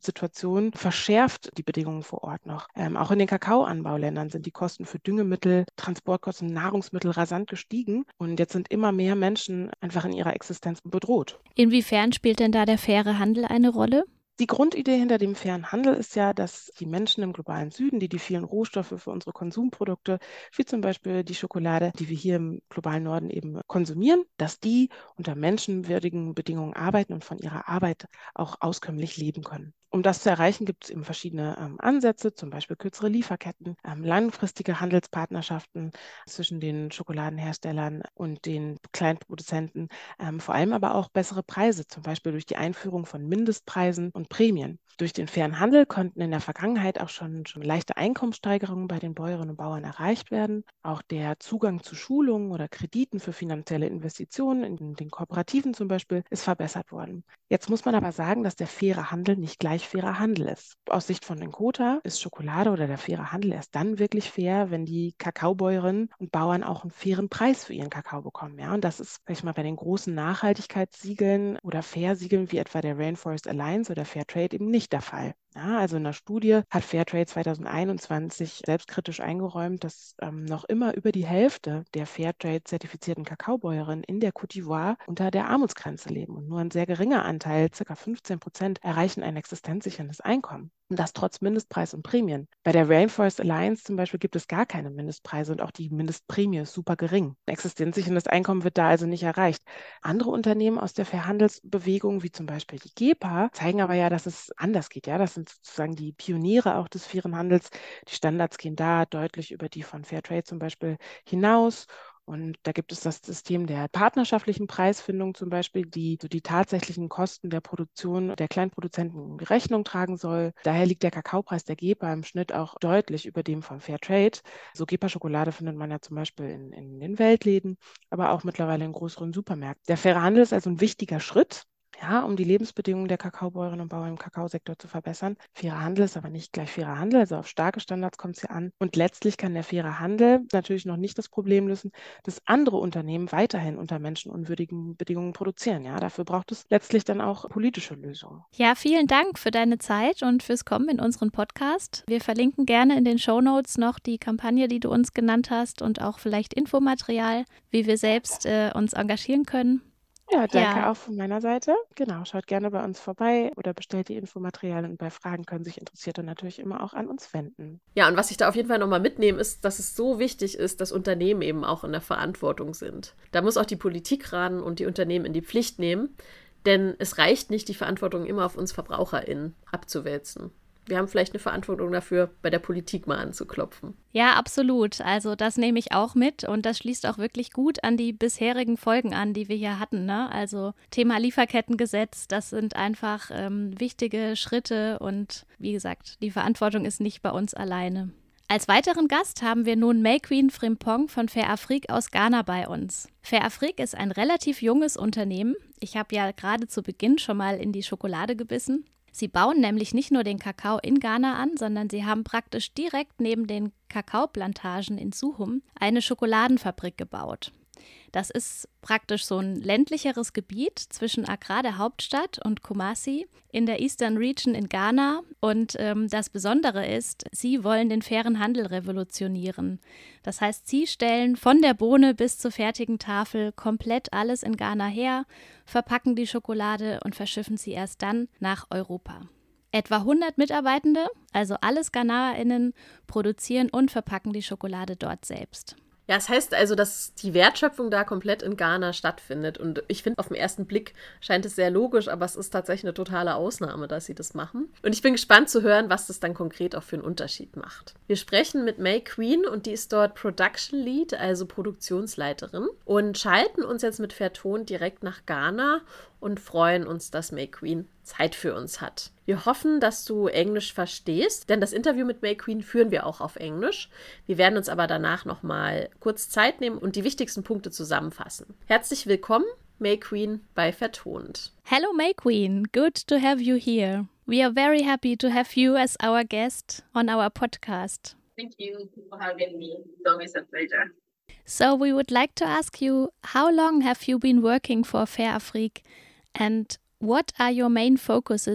Situation verschärft die Bedingungen vor Ort noch. Ähm, auch in den Kakaoanbauländern sind die Kosten für Düngemittel, Transportkosten, Nahrungsmittel rasant gestiegen und jetzt sind immer mehr Menschen einfach in ihrer Existenz bedroht. Inwiefern spielt denn da der faire Handel eine Rolle? Die Grundidee hinter dem fairen Handel ist ja, dass die Menschen im globalen Süden, die die vielen Rohstoffe für unsere Konsumprodukte, wie zum Beispiel die Schokolade, die wir hier im globalen Norden eben konsumieren, dass die unter menschenwürdigen Bedingungen arbeiten und von ihrer Arbeit auch auskömmlich leben können. Um das zu erreichen, gibt es eben verschiedene ähm, Ansätze, zum Beispiel kürzere Lieferketten, ähm, langfristige Handelspartnerschaften zwischen den Schokoladenherstellern und den Kleinproduzenten, ähm, vor allem aber auch bessere Preise, zum Beispiel durch die Einführung von Mindestpreisen und Prämien. Durch den fairen Handel konnten in der Vergangenheit auch schon, schon leichte Einkommenssteigerungen bei den Bäuerinnen und Bauern erreicht werden. Auch der Zugang zu Schulungen oder Krediten für finanzielle Investitionen in den Kooperativen zum Beispiel ist verbessert worden. Jetzt muss man aber sagen, dass der faire Handel nicht gleich fairer Handel ist. Aus Sicht von Encota ist Schokolade oder der faire Handel erst dann wirklich fair, wenn die Kakaobäuerinnen und Bauern auch einen fairen Preis für ihren Kakao bekommen. Ja? Und das ist, sag ich mal, bei den großen Nachhaltigkeitssiegeln oder Fair-Siegeln wie etwa der Rainforest Alliance oder Fairtrade eben nicht der Fall. Ja, also in einer Studie hat Fairtrade zwanzig einundzwanzig selbstkritisch eingeräumt, dass ähm, noch immer über die Hälfte der Fairtrade-zertifizierten Kakaobäuerinnen in der Côte d'Ivoire unter der Armutsgrenze leben und nur ein sehr geringer Anteil, ca. fünfzehn Prozent, erreichen ein existenzsicherndes Einkommen. Und das trotz Mindestpreis und Prämien. Bei der Rainforest Alliance zum Beispiel gibt es gar keine Mindestpreise und auch die Mindestprämie ist super gering. Ein existenzsicherndes Einkommen wird da also nicht erreicht. Andere Unternehmen aus der Fairhandelsbewegung, wie zum Beispiel die GEPA, zeigen aber ja, dass es anders geht. Ja, das sind sozusagen die Pioniere auch des fairen Handels. Die Standards gehen da deutlich über die von Fairtrade zum Beispiel hinaus. Und da gibt es das System der partnerschaftlichen Preisfindung zum Beispiel, die so die tatsächlichen Kosten der Produktion der Kleinproduzenten in Rechnung tragen soll. Daher liegt der Kakaopreis der GEPA im Schnitt auch deutlich über dem von Fairtrade. So GEPA-Schokolade findet man ja zum Beispiel in, in den Weltläden, aber auch mittlerweile in größeren Supermärkten. Der faire Handel ist also ein wichtiger Schritt, ja, um die Lebensbedingungen der Kakaobäuerinnen und Bauern im Kakaosektor zu verbessern. Fairer Handel ist aber nicht gleich fairer Handel, also auf starke Standards kommt es ja an. Und letztlich kann der faire Handel natürlich noch nicht das Problem lösen, dass andere Unternehmen weiterhin unter menschenunwürdigen Bedingungen produzieren. Ja, dafür braucht es letztlich dann auch politische Lösungen. Ja, vielen Dank für deine Zeit und fürs Kommen in unseren Podcast. Wir verlinken gerne in den Shownotes noch die Kampagne, die du uns genannt hast und auch vielleicht Infomaterial, wie wir selbst äh, uns engagieren können. Ja, danke Ja. auch von meiner Seite. Genau, schaut gerne bei uns vorbei oder bestellt die Infomaterialien und bei Fragen können sich Interessierte natürlich immer auch an uns wenden. Ja, und was ich da auf jeden Fall nochmal mitnehme, ist, dass es so wichtig ist, dass Unternehmen eben auch in der Verantwortung sind. Da muss auch die Politik ran und die Unternehmen in die Pflicht nehmen, denn es reicht nicht, die Verantwortung immer auf uns VerbraucherInnen abzuwälzen. Wir haben vielleicht eine Verantwortung dafür, bei der Politik mal anzuklopfen. Ja, absolut. Also das nehme ich auch mit und das schließt auch wirklich gut an die bisherigen Folgen an, die wir hier hatten, ne? Also Thema Lieferkettengesetz, das sind einfach ähm, wichtige Schritte und wie gesagt, die Verantwortung ist nicht bei uns alleine. Als weiteren Gast haben wir nun Mayqueen Frimpong von Fair Afrique aus Ghana bei uns. Fair Afrique ist ein relativ junges Unternehmen. Ich habe ja gerade zu Beginn schon mal in die Schokolade gebissen. Sie bauen nämlich nicht nur den Kakao in Ghana an, sondern sie haben praktisch direkt neben den Kakaoplantagen in Suhum eine Schokoladenfabrik gebaut. Das ist praktisch so ein ländlicheres Gebiet zwischen Accra, der Hauptstadt, und Kumasi in der Eastern Region in Ghana. Und ähm, das Besondere ist, sie wollen den fairen Handel revolutionieren. Das heißt, sie stellen von der Bohne bis zur fertigen Tafel komplett alles in Ghana her, verpacken die Schokolade und verschiffen sie erst dann nach Europa. Etwa hundert Mitarbeitende, also alles GhanaerInnen, produzieren und verpacken die Schokolade dort selbst. Ja, es heißt also, dass die Wertschöpfung da komplett in Ghana stattfindet. Und ich finde, auf den ersten Blick scheint es sehr logisch, aber es ist tatsächlich eine totale Ausnahme, dass sie das machen. Und ich bin gespannt zu hören, was das dann konkret auch für einen Unterschied macht. Wir sprechen mit Mayqueen und die ist dort Production Lead, also Produktionsleiterin, und schalten uns jetzt mit Fairton direkt nach Ghana und freuen uns, dass Mayqueen Zeit für uns hat. Wir hoffen, dass du Englisch verstehst, denn das Interview mit Mayqueen führen wir auch auf Englisch. Wir werden uns aber danach nochmal kurz Zeit nehmen und die wichtigsten Punkte zusammenfassen. Herzlich willkommen, Mayqueen bei Vertont. Hello Mayqueen, good to have you here. We are very happy to have you as our guest on our podcast. Thank you for having me. It's always a pleasure. So we would like to ask you, how long have you been working for Fair Afrique and what are your main focuses?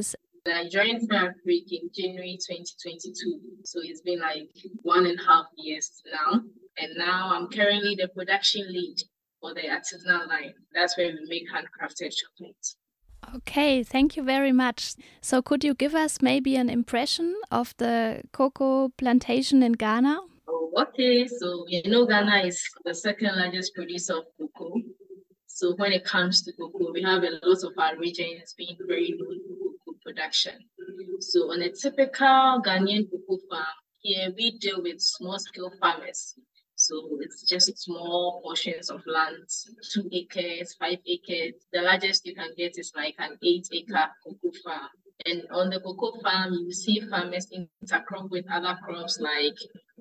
I joined Fairafrique in January twenty twenty-two. So it's been like one and a half years now. And now I'm currently the production lead for the artisanal line. That's where we make handcrafted chocolate. Okay, thank you very much. So could you give us maybe an impression of the cocoa plantation in Ghana? Oh, okay. So you know Ghana is the second largest producer of cocoa. So when it comes to cocoa, we have a lot of our regions being very known for cocoa production. So on a typical Ghanaian cocoa farm, here we deal with small-scale farmers. So it's just small portions of land, two acres, five acres. The largest you can get is like an eight-acre cocoa farm. And on the cocoa farm, you see farmers intercrop with other crops like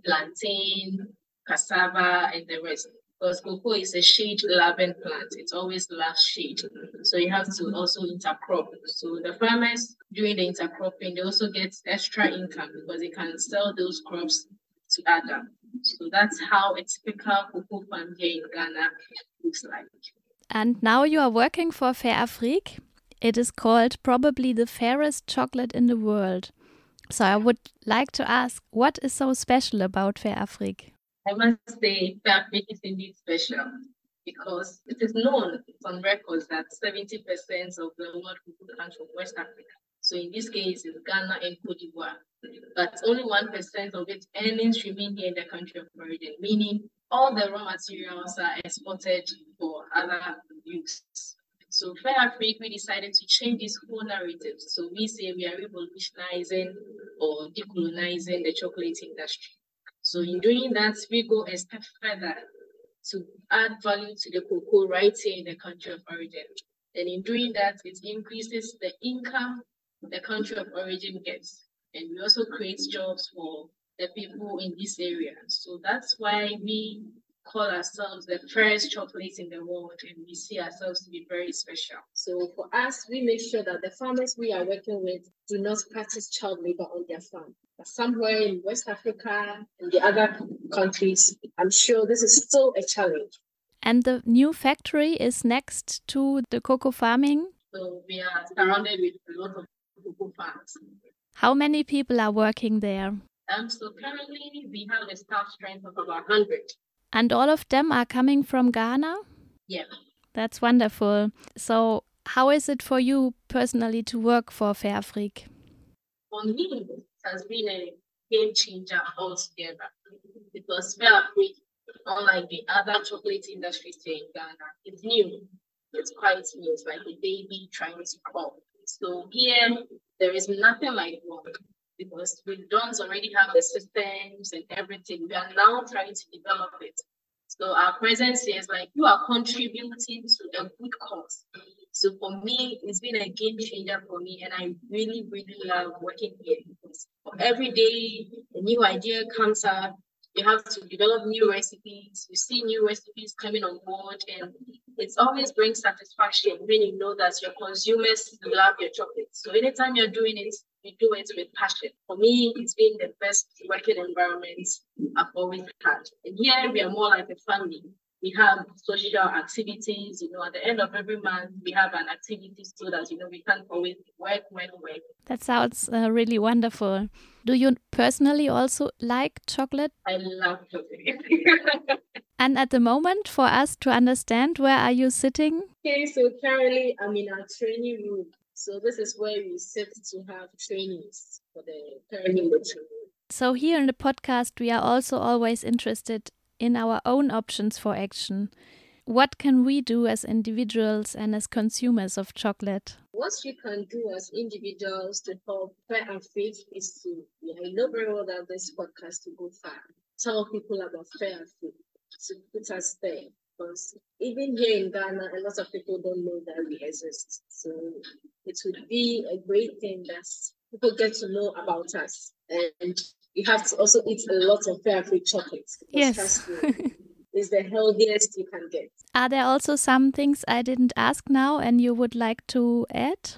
plantain, cassava, and the rest. Because cocoa is a shade-loving plant. It always loves shade. So you have to also intercrop. So the farmers doing the intercropping, they also get extra income because they can sell those crops to others. So that's how a typical cocoa farm here in Ghana looks like. And now you are working for Fairafrique. It is called probably the fairest chocolate in the world. So I would like to ask, what is so special about Fairafrique? I must say Fairafrique is indeed special because it is known, it's on records that seventy percent of the world cocoa comes from West Africa. So in this case, it's Ghana and Cote d'Ivoire. But only one percent of its earnings remain here in the country of origin, meaning all the raw materials are exported for other use. So Fairafrique, we decided to change this whole narrative. So we say we are revolutionizing or decolonizing the chocolate industry. So in doing that, we go a step further to add value to the cocoa right here in the country of origin. And in doing that, it increases the income the country of origin gets. And we also create jobs for the people in this area. So that's why we call ourselves the first chocolate in the world, and we see ourselves to be very special. So for us, we make sure that the farmers we are working with do not practice child labor on their farm. But somewhere in West Africa and the other countries, I'm sure this is still a challenge. And the new factory is next to the cocoa farming? So we are surrounded with a lot of cocoa farms. How many people are working there? Um, so currently we have a staff strength of about one hundred. And all of them are coming from Ghana? Yeah. That's wonderful. So how is it for you personally to work for Fairafrique? For me, it has been a game changer altogether because Fairafrique, unlike the other chocolate industries here in Ghana, it's new. It's quite new. It's like a baby trying to crawl. So here, there is nothing like work because we don't already have the systems and everything. We are now trying to develop it. So our presence here is like you are contributing to a good cause. So for me, it's been a game changer for me, and I really, really love working here because for every day a new idea comes up. You have to develop new recipes. You see new recipes coming on board, and it always brings satisfaction when you know that your consumers love your chocolate. So anytime you're doing it, you do it with passion. For me, it's been the best working environment I've always had. And here we are more like a family. We have social activities, you know, at the end of every month, we have an activity so that, you know, we can't always work, work, work. That sounds uh, really wonderful. Do you personally also like chocolate? I love chocolate. And at the moment, for us to understand, where are you sitting? Okay, so currently I'm in our training room. So this is where we sit to have trainings for the training room. So here in the podcast, we are also always interested in our own options for action. What can we do as individuals and as consumers of chocolate? What you can do as individuals to help Fairafrique is to, yeah, I know very well that this podcast will go far. Tell people about Fairafrique to put us there. Because even here in Ghana, a lot of people don't know that we exist. So it would be a great thing that people get to know about us. And you have to also eat a lot of Fairafrique chocolate. Yes. It's the healthiest you can get. Are there also some things I didn't ask now and you would like to add?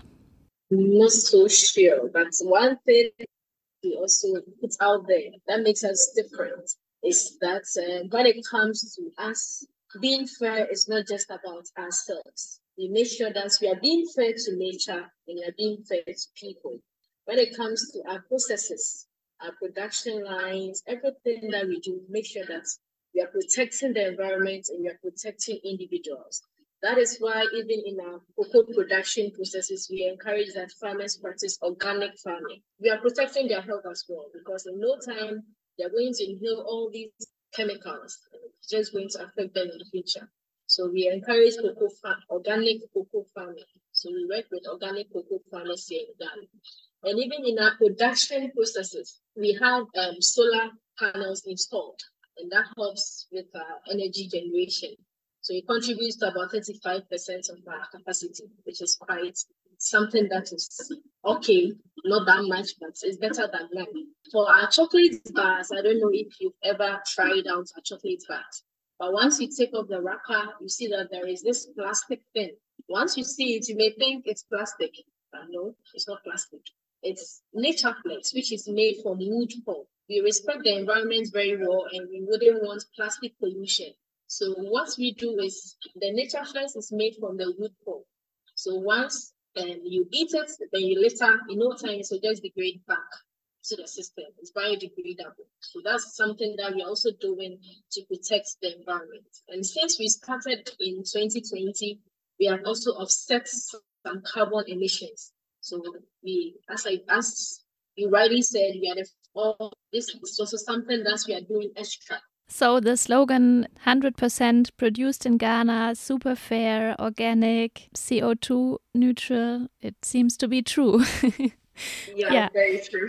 Not so sure, but one thing we also put out there that makes us different is that uh, when it comes to us, being fair is not just about ourselves. We make sure that we are being fair to nature and we are being fair to people. when it comes to our processes, our production lines, everything that we do, make sure that we are protecting the environment and we are protecting individuals. That is why even in our cocoa production processes, we encourage that farmers practice organic farming. We are protecting their health as well, because in no time, they're going to inhale all these chemicals. It's just going to affect them in the future. So we encourage cocoa far- organic cocoa farming. So we work with organic cocoa farmers here in Ghana. And even in our production processes, we have um, solar panels installed, and that helps with uh, energy generation. So it contributes to about thirty-five percent of our capacity, which is quite something that is okay, not that much, but it's better than none. For our chocolate bars, I don't know if you've ever tried out a chocolate bar, but once you take off the wrapper, you see that there is this plastic thing. Once you see it, you may think it's plastic, but no, it's not plastic. It's nature flex, which is made from wood pulp. We respect the environment very well, and we wouldn't want plastic pollution. So what we do is the nature flex is made from the wood pulp. So once um, you eat it, then you later, in no time, so just degrade back to the system. It's biodegradable. So that's something that we're also doing to protect the environment. And since we started in twenty twenty, we have also offset some carbon emissions. So we, as I as you rightly said, we are the all this is also something that we are doing extra. So the slogan one hundred percent produced in Ghana, super fair, organic, C O two neutral, it seems to be true. Yeah, Yeah. very true.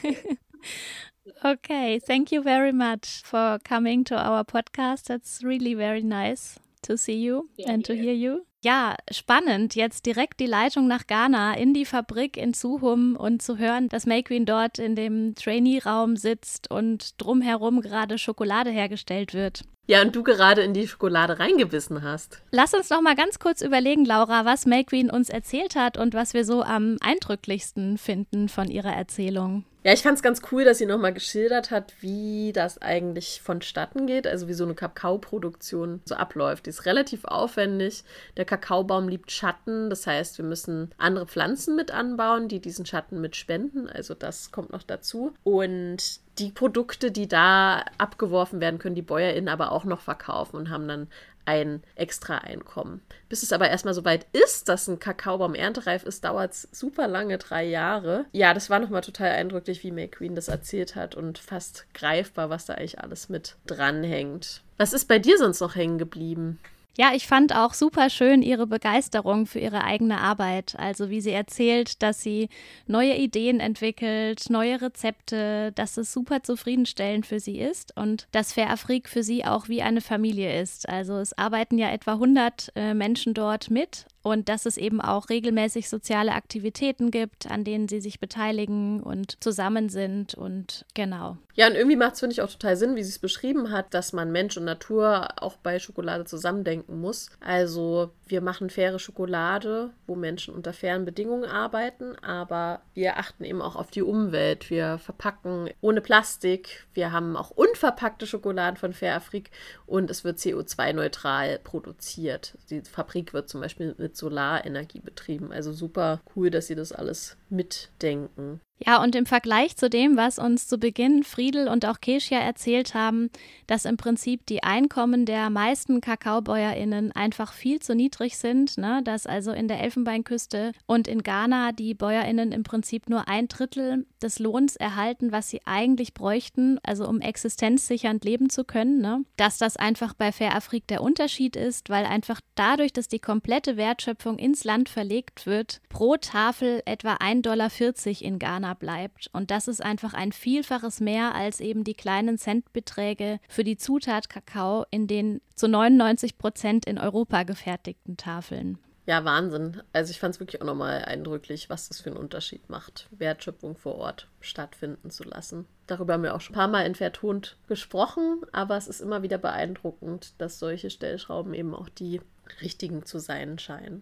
Okay, thank you very much for coming to our podcast. That's really very nice to see you Yeah, and to yeah. hear you. Ja, spannend, jetzt direkt die Leitung nach Ghana in die Fabrik in Suhum und zu hören, dass Mayqueen dort in dem Trainee-Raum sitzt und drumherum gerade Schokolade hergestellt wird. Ja, und du gerade in die Schokolade reingebissen hast. Lass uns noch mal ganz kurz überlegen, Laura, was Mayqueen uns erzählt hat und was wir so am eindrücklichsten finden von ihrer Erzählung. Ja, ich fand es ganz cool, dass sie nochmal geschildert hat, wie das eigentlich vonstatten geht, also wie so eine Kakaoproduktion so abläuft. Die ist relativ aufwendig. Der Kakaobaum liebt Schatten, das heißt, wir müssen andere Pflanzen mit anbauen, die diesen Schatten mit spenden, also das kommt noch dazu. Und die Produkte, die da abgeworfen werden, können die BäuerInnen aber auch noch verkaufen und haben dann ein extra Einkommen. Bis es aber erstmal so weit ist, dass ein Kakaobaum erntereif ist, dauert es super lange, drei Jahre. Ja, das war nochmal total eindrücklich, wie Mayqueen das erzählt hat und fast greifbar, was da eigentlich alles mit dranhängt. Was ist bei dir sonst noch hängen geblieben? Ja, ich fand auch super schön ihre Begeisterung für ihre eigene Arbeit. Also wie sie erzählt, dass sie neue Ideen entwickelt, neue Rezepte, dass es super zufriedenstellend für sie ist und dass Fair Afrique für sie auch wie eine Familie ist. Also es arbeiten ja etwa hundert äh, Menschen dort mit. Und dass es eben auch regelmäßig soziale Aktivitäten gibt, an denen sie sich beteiligen und zusammen sind und genau. Ja, und irgendwie macht es, finde ich, auch total Sinn, wie sie es beschrieben hat, dass man Mensch und Natur auch bei Schokolade zusammendenken muss. Also wir machen faire Schokolade, wo Menschen unter fairen Bedingungen arbeiten, aber wir achten eben auch auf die Umwelt. Wir verpacken ohne Plastik, wir haben auch unverpackte Schokoladen von Fair Afrique und es wird C O zwei neutral produziert. Die Fabrik wird zum Beispiel mit Solarenergie betrieben. Also super cool, dass sie das alles mitdenken. Ja, und im Vergleich zu dem, was uns zu Beginn Friedel und auch Kecia erzählt haben, dass im Prinzip die Einkommen der meisten KakaobäuerInnen einfach viel zu niedrig sind, ne? Dass also in der Elfenbeinküste und in Ghana die BäuerInnen im Prinzip nur ein Drittel des Lohns erhalten, was sie eigentlich bräuchten, also um existenzsichernd leben zu können, ne? Dass das einfach bei Fair Afrique der Unterschied ist, weil einfach dadurch, dass die komplette Wertschöpfung ins Land verlegt wird, pro Tafel etwa ein Dollar vierzig in Ghana bleibt. Und das ist einfach ein Vielfaches mehr als eben die kleinen Centbeträge für die Zutat Kakao in den zu neunundneunzig Prozent in Europa gefertigten Tafeln. Ja, Wahnsinn. Also ich fand es wirklich auch nochmal eindrücklich, was das für einen Unterschied macht, Wertschöpfung vor Ort stattfinden zu lassen. Darüber haben wir auch schon ein paar Mal in Vertont gesprochen, aber es ist immer wieder beeindruckend, dass solche Stellschrauben eben auch die richtigen zu sein scheinen.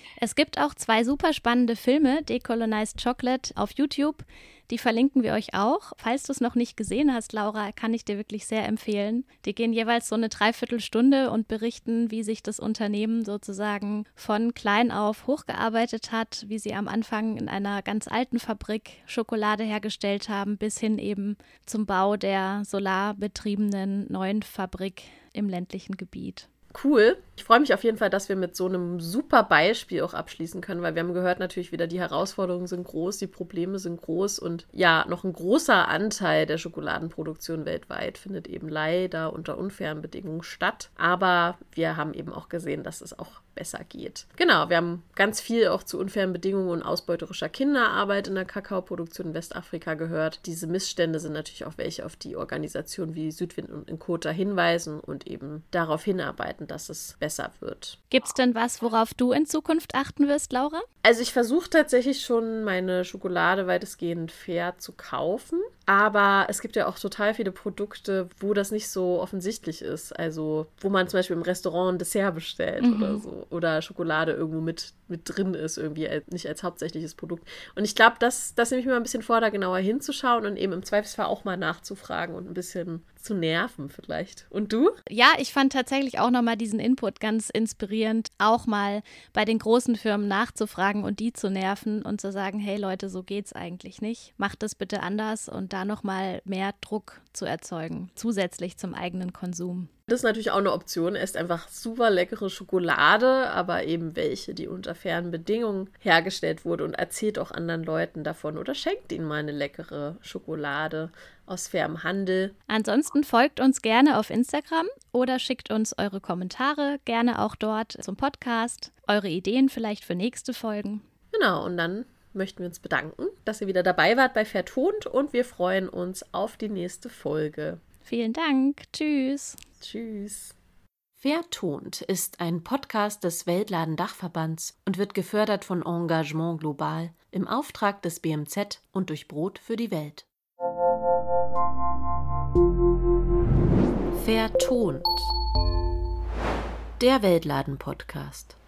Es gibt auch zwei super spannende Filme, Decolonized Chocolate auf YouTube. Die verlinken wir euch auch. Falls du es noch nicht gesehen hast, Laura, kann ich dir wirklich sehr empfehlen. Die gehen jeweils so eine Dreiviertelstunde und berichten, wie sich das Unternehmen sozusagen von klein auf hochgearbeitet hat, wie sie am Anfang in einer ganz alten Fabrik Schokolade hergestellt haben, bis hin eben zum Bau der solarbetriebenen neuen Fabrik im ländlichen Gebiet. Cool. Ich freue mich auf jeden Fall, dass wir mit so einem super Beispiel auch abschließen können, weil wir haben gehört natürlich wieder, die Herausforderungen sind groß, die Probleme sind groß und ja, noch ein großer Anteil der Schokoladenproduktion weltweit findet eben leider unter unfairen Bedingungen statt. Aber wir haben eben auch gesehen, dass es auch besser geht. Genau, wir haben ganz viel auch zu unfairen Bedingungen und ausbeuterischer Kinderarbeit in der Kakaoproduktion in Westafrika gehört. Diese Missstände sind natürlich auch welche, auf die Organisationen wie Südwind und Inkota hinweisen und eben darauf hinarbeiten, dass es besser wird. Gibt es denn was, worauf du in Zukunft achten wirst, Laura? Also ich versuche tatsächlich schon, meine Schokolade weitestgehend fair zu kaufen. Aber es gibt ja auch total viele Produkte, wo das nicht so offensichtlich ist. Also wo man zum Beispiel im Restaurant ein Dessert bestellt mhm. oder so. Oder Schokolade irgendwo mit, mit drin ist, irgendwie als, nicht als hauptsächliches Produkt. Und ich glaube, das, das nehme ich mir mal ein bisschen vor, da genauer hinzuschauen und eben im Zweifelsfall auch mal nachzufragen und ein bisschen zu nerven vielleicht. Und du? Ja, ich fand tatsächlich auch nochmal diesen Input ganz inspirierend, auch mal bei den großen Firmen nachzufragen und die zu nerven und zu sagen, hey Leute, so geht's eigentlich nicht. Macht das bitte anders und da nochmal mehr Druck zu erzeugen, zusätzlich zum eigenen Konsum. Das ist natürlich auch eine Option. Esst einfach super leckere Schokolade, aber eben welche, die unter fairen Bedingungen hergestellt wurde und erzählt auch anderen Leuten davon oder schenkt ihnen mal eine leckere Schokolade aus fairem Handel. Ansonsten folgt uns gerne auf Instagram oder schickt uns eure Kommentare gerne auch dort zum Podcast, eure Ideen vielleicht für nächste Folgen. Genau, und dann möchten wir uns bedanken, dass ihr wieder dabei wart bei Vertont und wir freuen uns auf die nächste Folge. Vielen Dank. Tschüss. Tschüss. Vertont ist ein Podcast des Weltladendachverbands und wird gefördert von Engagement Global im Auftrag des B M Z und durch Brot für die Welt. Vertont. Der Weltladen-Podcast.